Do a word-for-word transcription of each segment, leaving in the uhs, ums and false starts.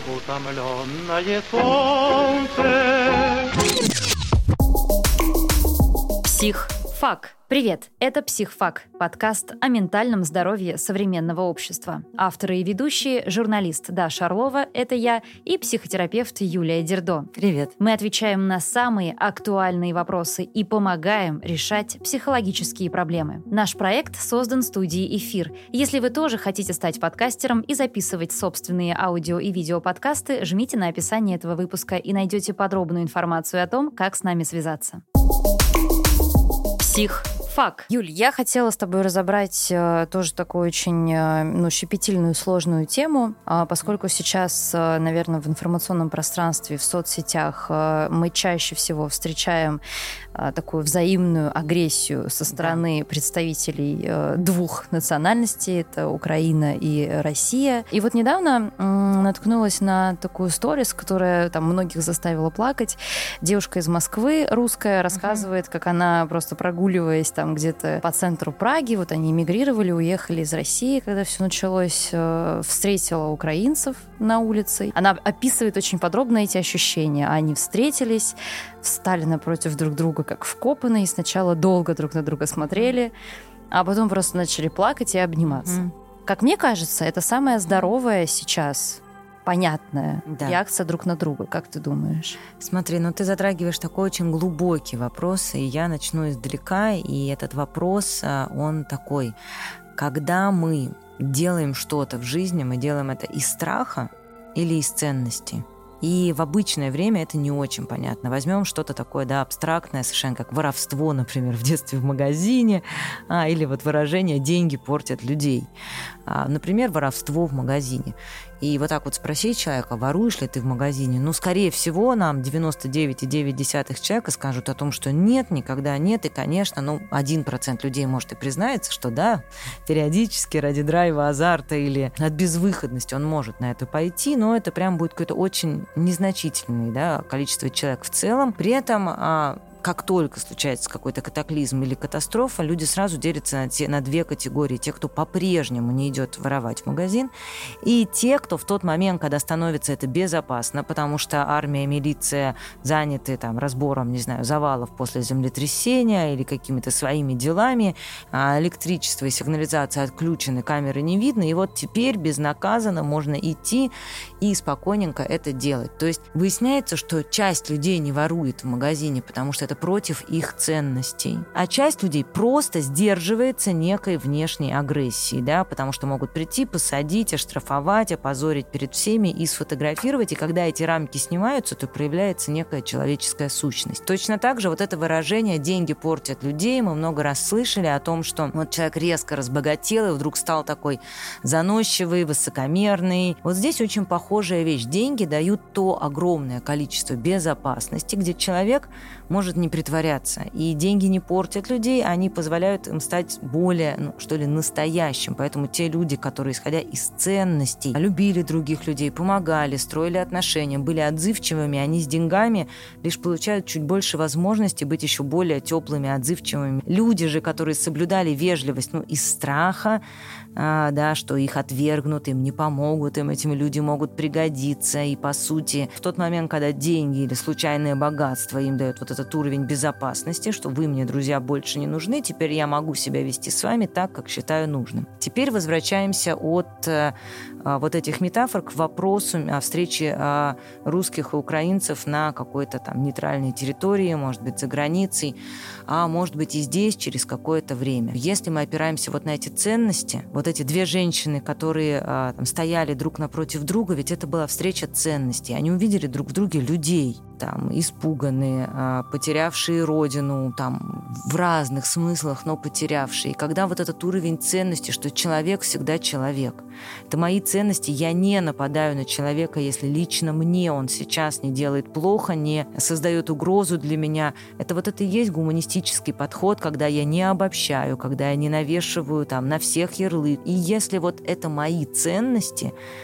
утомленное солнце. Психфак. Привет, это «Психфак» – подкаст о ментальном здоровье современного общества. Авторы и ведущие – журналист Даша Орлова, это я, и психотерапевт Юлия Дердо. Привет. Мы отвечаем на самые актуальные вопросы и помогаем решать психологические проблемы. Наш проект создан студией «Эфир». Если вы тоже хотите стать подкастером и записывать собственные аудио и видеоподкасты, жмите на описание этого выпуска и найдете подробную информацию о том, как с нами связаться. Психфак. Юль, я хотела с тобой разобрать э, тоже такую очень э, ну, щепетильную, сложную тему, э, поскольку сейчас, э, наверное, в информационном пространстве, в соцсетях э, мы чаще всего встречаем э, такую взаимную агрессию со стороны да. представителей э, двух национальностей, это Украина и Россия. И вот недавно э, наткнулась на такую сторис, которая там многих заставила плакать. Девушка из Москвы, русская, рассказывает, uh-huh. как она просто прогуливаясь там где-то по центру Праги, вот они эмигрировали, уехали из России, когда все началось, э, встретила украинцев на улице. Она описывает очень подробно эти ощущения. Они встретились, встали напротив друг друга, как вкопанные, и сначала долго друг на друга смотрели, а потом просто начали плакать и обниматься. Mm. Как мне кажется, это самое здоровое сейчас понятная да. реакция друг на друга. Как ты думаешь? Смотри, ну ты затрагиваешь такой очень глубокий вопрос, и я начну издалека, и этот вопрос, он такой. Когда мы делаем что-то в жизни, мы делаем это из страха или из ценности? И в обычное время это не очень понятно. Возьмем что-то такое, да, абстрактное, совершенно как воровство, например, в детстве в магазине, а, или вот выражение «деньги портят людей». А, например, воровство в магазине. И вот так вот спросить человека, воруешь ли ты в магазине? Ну, скорее всего, нам девяносто девять целых девять десятых человека скажут о том, что нет, никогда нет. И, конечно, ну, один процент людей, может, и признается, что да, периодически ради драйва, азарта или от безвыходности он может на это пойти, но это прям будет какое-то очень незначительное, да, количество человек в целом. При этом как только случается какой-то катаклизм или катастрофа, люди сразу делятся на, те, на две категории. Те, кто по-прежнему не идет воровать в магазин, и те, кто в тот момент, когда становится это безопасно, потому что армия, милиция заняты там, разбором, не знаю, завалов после землетрясения или какими-то своими делами, а электричество и сигнализация отключены, камеры не видно, и вот теперь безнаказанно можно идти и спокойненько это делать. То есть выясняется, что часть людей не ворует в магазине, потому что это против их ценностей. А часть людей просто сдерживается некой внешней агрессией, да, потому что могут прийти, посадить, оштрафовать, опозорить перед всеми и сфотографировать. И когда эти рамки снимаются, то проявляется некая человеческая сущность. Точно так же вот это выражение «деньги портят людей» мы много раз слышали о том, что вот человек резко разбогател и вдруг стал такой заносчивый, высокомерный. Вот здесь очень похожая вещь. Деньги дают то огромное количество безопасности, где человек может не притворяться. И деньги не портят людей, они позволяют им стать более, ну, что ли, настоящим. Поэтому те люди, которые, исходя из ценностей, любили других людей, помогали, строили отношения, были отзывчивыми, они с деньгами лишь получают чуть больше возможности быть еще более теплыми, отзывчивыми. Люди же, которые соблюдали вежливость, ну, из страха, а, да, что их отвергнут, им не помогут, им этими люди могут пригодиться. И, по сути, в тот момент, когда деньги или случайное богатство им дают вот этот уровень безопасности, что вы мне, друзья, больше не нужны, теперь я могу себя вести с вами так, как считаю нужным. Теперь возвращаемся от э, вот этих метафор к вопросу о встрече э, русских и украинцев на какой-то там нейтральной территории, может быть, за границей, а может быть и здесь через какое-то время. Если мы опираемся вот на эти ценности, вот эти две женщины, которые э, там, стояли друг напротив друга, ведь это была встреча ценностей. Они увидели друг в друге людей, там, испуганные, потерявшие родину, там, в разных смыслах, но потерявшие. И когда вот этот уровень ценности, что человек всегда человек. Это мои ценности, я не нападаю на человека, если лично мне он сейчас не делает плохо, не создает угрозу для меня. Это вот это и есть гуманистический подход, когда я не обобщаю, когда я не навешиваю там на всех ярлык. И если вот это мои ценности,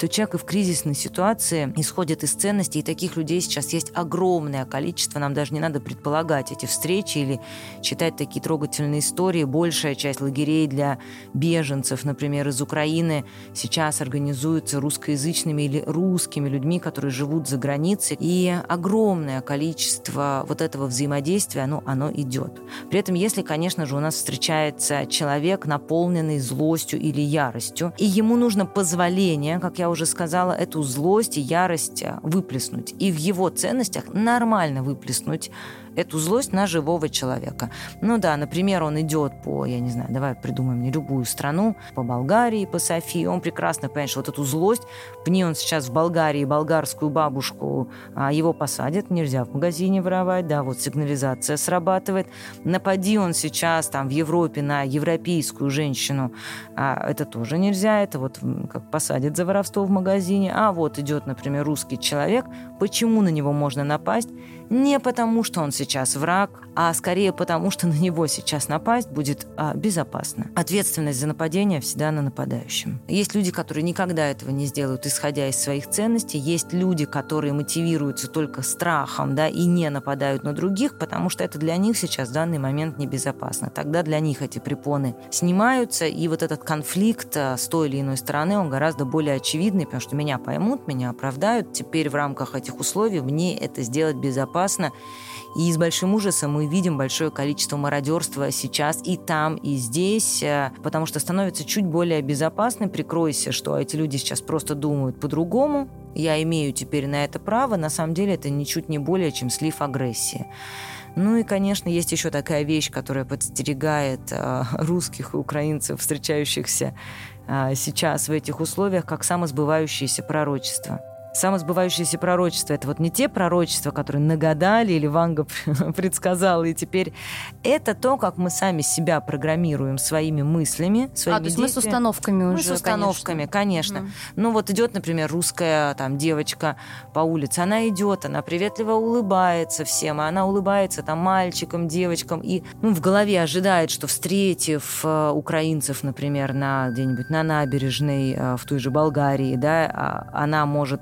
то человек и в кризисной ситуации исходит из ценностей, и таких людей сейчас есть огромное количество, нам даже не надо предполагать эти встречи или читать такие трогательные истории. Большая часть лагерей для беженцев, например, из Украины сейчас организуются русскоязычными или русскими людьми, которые живут за границей, и огромное количество вот этого взаимодействия, ну, оно идет. При этом, если, конечно же, у нас встречается человек, наполненный злостью или яростью, и ему нужно позволение, как я уже сказала, эту злость и ярость выплеснуть, и в его ценностях нормально выплеснуть эту злость на живого человека. Ну да, например, он идет по, я не знаю, давай придумаем мне любую страну, по Болгарии, по Софии, он прекрасно понимает, что вот эту злость, пни он сейчас в Болгарии болгарскую бабушку, а его посадят, нельзя в магазине воровать, да, вот сигнализация срабатывает. Напади он сейчас там в Европе на европейскую женщину, а это тоже нельзя, это вот как посадят за воровство в магазине. А вот идет, например, русский человек, почему на него можно напасть? Не потому, что он сейчас враг, а скорее потому, что на него сейчас напасть будет а, безопасно. Ответственность за нападение всегда на нападающем. Есть люди, которые никогда этого не сделают, исходя из своих ценностей. Есть люди, которые мотивируются только страхом, да, и не нападают на других, потому что это для них сейчас в данный момент небезопасно. Тогда для них эти препоны снимаются, и вот этот конфликт с той или иной стороны, он гораздо более очевидный, потому что меня поймут, меня оправдают. Теперь в рамках этих условий мне это сделать безопасно. И с большим ужасом мы видим большое количество мародерства сейчас и там, и здесь, потому что становится чуть более безопасно. Прикройся, что эти люди сейчас просто думают по-другому. Я имею теперь на это право. На самом деле это ничуть не более, чем слив агрессии. Ну и, конечно, есть еще такая вещь, которая подстерегает э, русских и украинцев, встречающихся э, сейчас в этих условиях, как самосбывающееся пророчество. Самосбывающееся пророчество – это вот не те пророчества, которые нагадали или Ванга предсказала, и теперь это то, как мы сами себя программируем своими мыслями, своими А, то есть действиями. мы с установками мы уже, с установками, конечно. конечно. Угу. Ну вот идет, например, русская там девочка по улице, она идет, она приветливо улыбается всем, а она улыбается там мальчикам, девочкам, и ну, в голове ожидает, что встретив э, украинцев, например, на где-нибудь на набережной э, в той же Болгарии, да, она может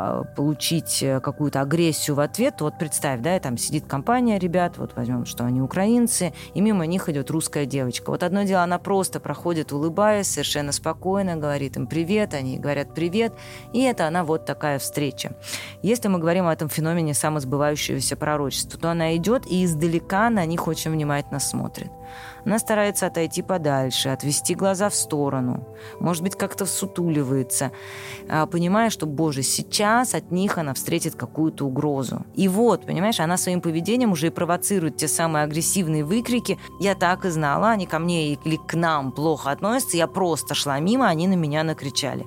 получить какую-то агрессию в ответ, то вот представь, да, там сидит компания ребят, вот возьмем, что они украинцы, и мимо них идет русская девочка. Вот одно дело, она просто проходит, улыбаясь, совершенно спокойно, говорит им привет, они говорят привет, и это она вот такая встреча. Если мы говорим о этом феномене самосбывающегося пророчества, то она идет и издалека на них очень внимательно смотрит. Она старается отойти подальше, отвести глаза в сторону, может быть, как-то всутуливается, понимая, что, боже, сейчас от них она встретит какую-то угрозу. И вот, понимаешь, она своим поведением уже и провоцирует те самые агрессивные выкрики. Я так и знала, они ко мне или к нам плохо относятся, я просто шла мимо, они на меня накричали.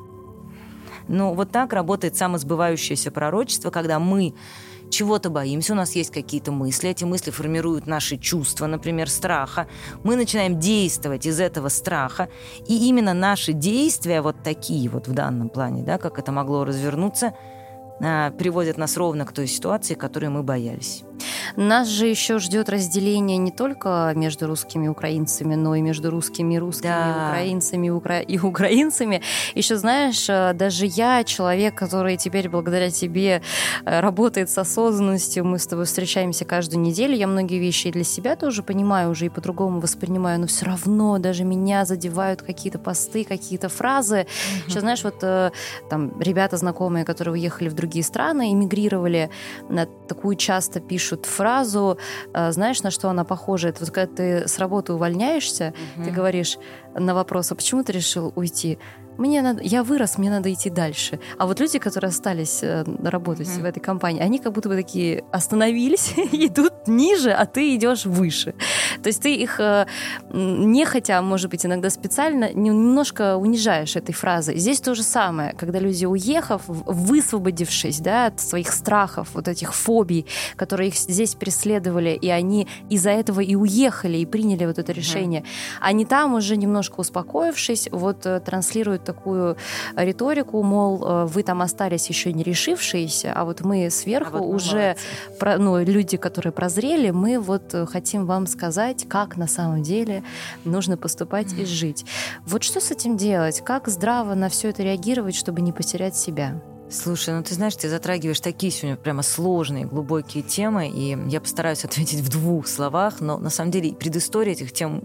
Ну, вот так работает самосбывающееся пророчество, когда мы чего-то боимся, у нас есть какие-то мысли, эти мысли формируют наши чувства, например, страха. Мы начинаем действовать из этого страха, и именно наши действия, вот такие вот в данном плане, да, как это могло развернуться, приводят нас ровно к той ситуации, которой мы боялись. Нас же еще ждет разделение не только между русскими и украинцами, но и между русскими и русскими, да. украинцами и, укра... и украинцами. Еще, знаешь, даже я, человек, который теперь благодаря тебе работает с осознанностью, мы с тобой встречаемся каждую неделю, я многие вещи и для себя тоже понимаю уже и по-другому воспринимаю, но все равно даже меня задевают какие-то посты, какие-то фразы. Mm-hmm. Еще, знаешь, вот там ребята знакомые, которые уехали в другие страны, эмигрировали, на такую часто пишут фразу, знаешь, на что она похожа? Это вот когда ты с работы увольняешься, угу. ты говоришь на вопрос, а почему ты решил уйти? Мне надо, я вырос, мне надо идти дальше. А вот люди, которые остались работать mm-hmm. в этой компании, они как будто бы такие остановились, идут ниже, а ты идешь выше. То есть ты их нехотя, может быть, иногда специально немножко унижаешь этой фразой. Здесь то же самое, когда люди, уехав, высвободившись, да, от своих страхов, вот этих фобий, которые их здесь преследовали, и они из-за этого и уехали, и приняли вот это решение, mm-hmm. они там уже немножко успокоившись, вот транслируют такую риторику, мол, вы там остались еще не решившиеся, а вот мы сверху а вот мы уже, про, ну, люди, которые прозрели, мы вот хотим вам сказать, сказать, как на самом деле нужно поступать и жить. Вот что с этим делать? Как здраво на все это реагировать, чтобы не потерять себя? Слушай, ну ты знаешь, ты затрагиваешь такие сегодня прямо сложные, глубокие темы, и я постараюсь ответить в двух словах, но на самом деле предыстория этих тем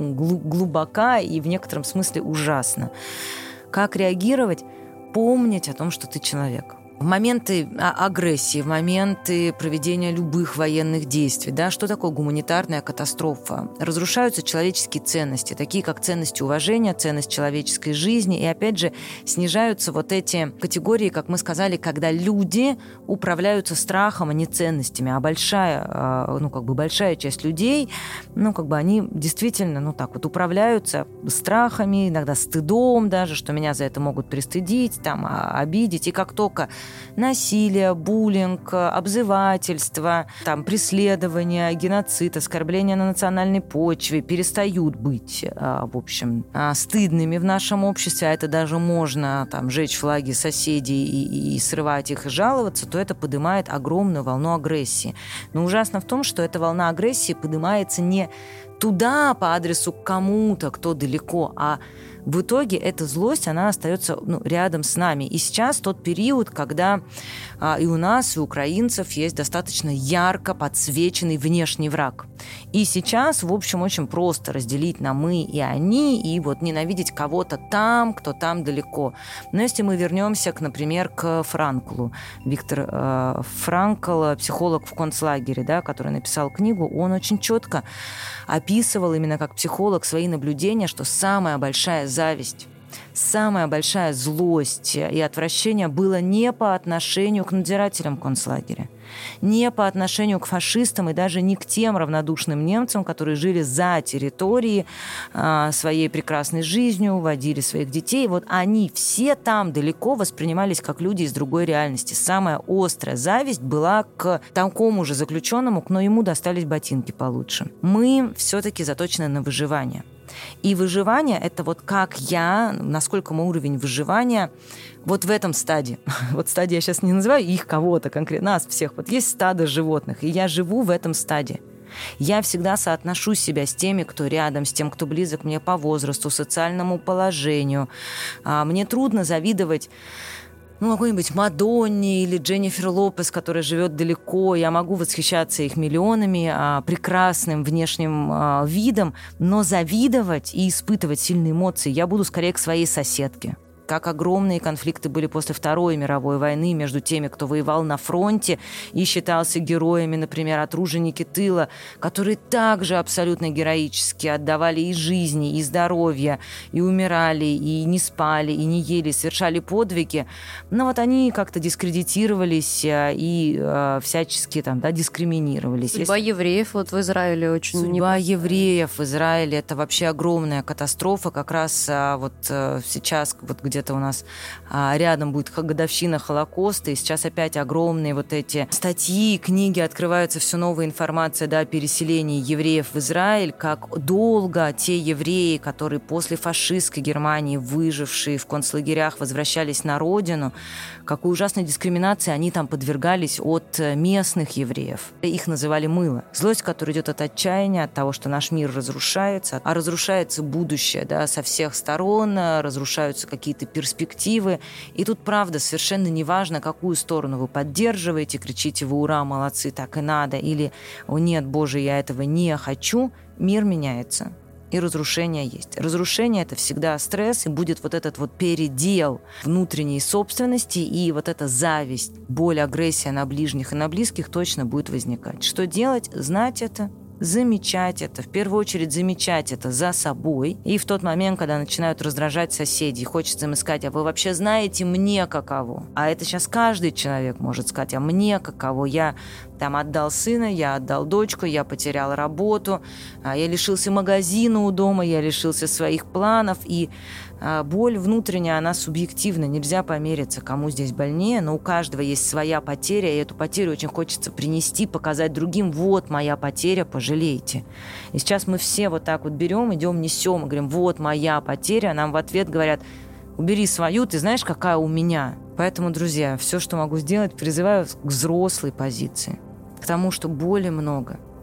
глубока и в некотором смысле ужасна. Как реагировать? Помнить о том, что ты человек. В моменты агрессии, в моменты проведения любых военных действий, да, что такое гуманитарная катастрофа? Разрушаются человеческие ценности, такие как ценность уважения, ценность человеческой жизни, и опять же снижаются вот эти категории, как мы сказали, когда люди управляются страхом, а не ценностями, а большая, ну, как бы большая часть людей, ну, как бы они действительно, ну, так вот управляются страхами, иногда стыдом даже, что меня за это могут пристыдить, там, обидеть, и как только насилие, буллинг, обзывательство, там, преследование, геноцид, оскорбления на национальной почве перестают быть, в общем, стыдными в нашем обществе, а это даже можно там, жечь флаги соседей и, и срывать их и жаловаться, то это поднимает огромную волну агрессии. Но ужасно в том, что эта волна агрессии поднимается не туда по адресу к кому-то, кто далеко, а в итоге эта злость, она остается ну, рядом с нами. И сейчас тот период, когда а, и у нас, и у украинцев есть достаточно ярко подсвеченный внешний враг. И сейчас, в общем, очень просто разделить на мы и они, и вот ненавидеть кого-то там, кто там далеко. Но если мы вернемся, к, например, к Франклу. Виктор э, Франкл, психолог в концлагере, да, который написал книгу, он очень четко описывал именно как психолог свои наблюдения, что самая большая зависть, самая большая злость и отвращение было не по отношению к надзирателям концлагеря, не по отношению к фашистам и даже не к тем равнодушным немцам, которые жили за территорией а, своей прекрасной жизнью, водили своих детей. Вот они все там далеко воспринимались как люди из другой реальности. Самая острая зависть была к такому же заключенному, но ему достались ботинки получше. Мы все-таки заточены на выживание. И выживание – это вот как я, насколько мой уровень выживания вот в этом стадии. Вот стадия я сейчас не называю их кого-то конкретно, нас всех. Вот есть стадо животных, и я живу в этом стадии. Я всегда соотношу себя с теми, кто рядом, с тем, кто близок мне по возрасту, социальному положению. Мне трудно завидовать ну, какой-нибудь Мадонне или Дженнифер Лопес, которая живет далеко. Я могу восхищаться их миллионами, а, прекрасным внешним а, видом, но завидовать и испытывать сильные эмоции я буду скорее к своей соседке. Как огромные конфликты были после Второй мировой войны между теми, кто воевал на фронте и считался героями, например, отруженики тыла, которые также абсолютно героически отдавали и жизни, и здоровье, и умирали, и не спали, и не ели, совершали подвиги. Но вот они как-то дискредитировались и э, всячески там, да, дискриминировались. Судьба Если... евреев вот в Израиле очень... Судьба не... евреев в Израиле – это вообще огромная катастрофа. Как раз а, вот а, сейчас, вот где где-то у нас а, рядом будет годовщина Холокоста, и сейчас опять огромные вот эти статьи, книги, открываются все новая информация, да, о переселении евреев в Израиль, как долго те евреи, которые после фашистской Германии, выжившие в концлагерях, возвращались на родину, какой ужасной дискриминации они там подвергались от местных евреев. Их называли мыло. Злость, которая идет от отчаяния, от того, что наш мир разрушается, а разрушается будущее, да, со всех сторон, разрушаются какие-то перспективы. И тут, правда, совершенно неважно, какую сторону вы поддерживаете, кричите вы «Ура, молодцы, так и надо», или «О нет, Боже, я этого не хочу», мир меняется. И разрушение есть. Разрушение – это всегда стресс, и будет вот этот вот передел внутренней собственности, и вот эта зависть, боль, агрессия на ближних и на близких точно будет возникать. Что делать? Знать это, замечать это, в первую очередь замечать это за собой. И в тот момент, когда начинают раздражать соседей, хочется им сказать: а вы вообще знаете мне каково? А это сейчас каждый человек может сказать: а мне каково? Я там отдал сына, я отдал дочку, я потерял работу, я лишился магазина у дома, я лишился своих планов. И боль внутренняя, она субъективна, нельзя помериться, кому здесь больнее, но у каждого есть своя потеря, и эту потерю очень хочется принести, показать другим: вот моя потеря, пожалейте. И сейчас мы все вот так вот берем, идем, несем, и говорим: вот моя потеря, нам в ответ говорят: убери свою, ты знаешь, какая у меня. Поэтому, друзья, все, что могу сделать, призываю к взрослой позиции, к тому, что боли много.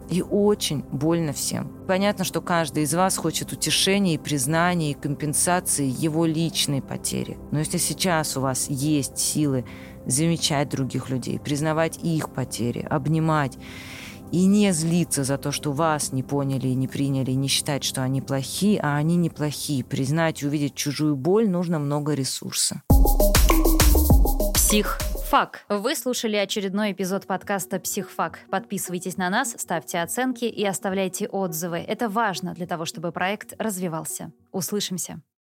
И очень больно всем. Понятно, что каждый из вас хочет утешения и признания, и компенсации его личной потери. Но если сейчас у вас есть силы замечать других людей, признавать их потери, обнимать и не злиться за то, что вас не поняли и не приняли, и не считать, что они плохие, а они неплохие, признать и увидеть чужую боль, нужно много ресурса. Психфак. Вы слушали очередной эпизод подкаста «Психфак». Подписывайтесь на нас, ставьте оценки и оставляйте отзывы. Это важно для того, чтобы проект развивался. Услышимся.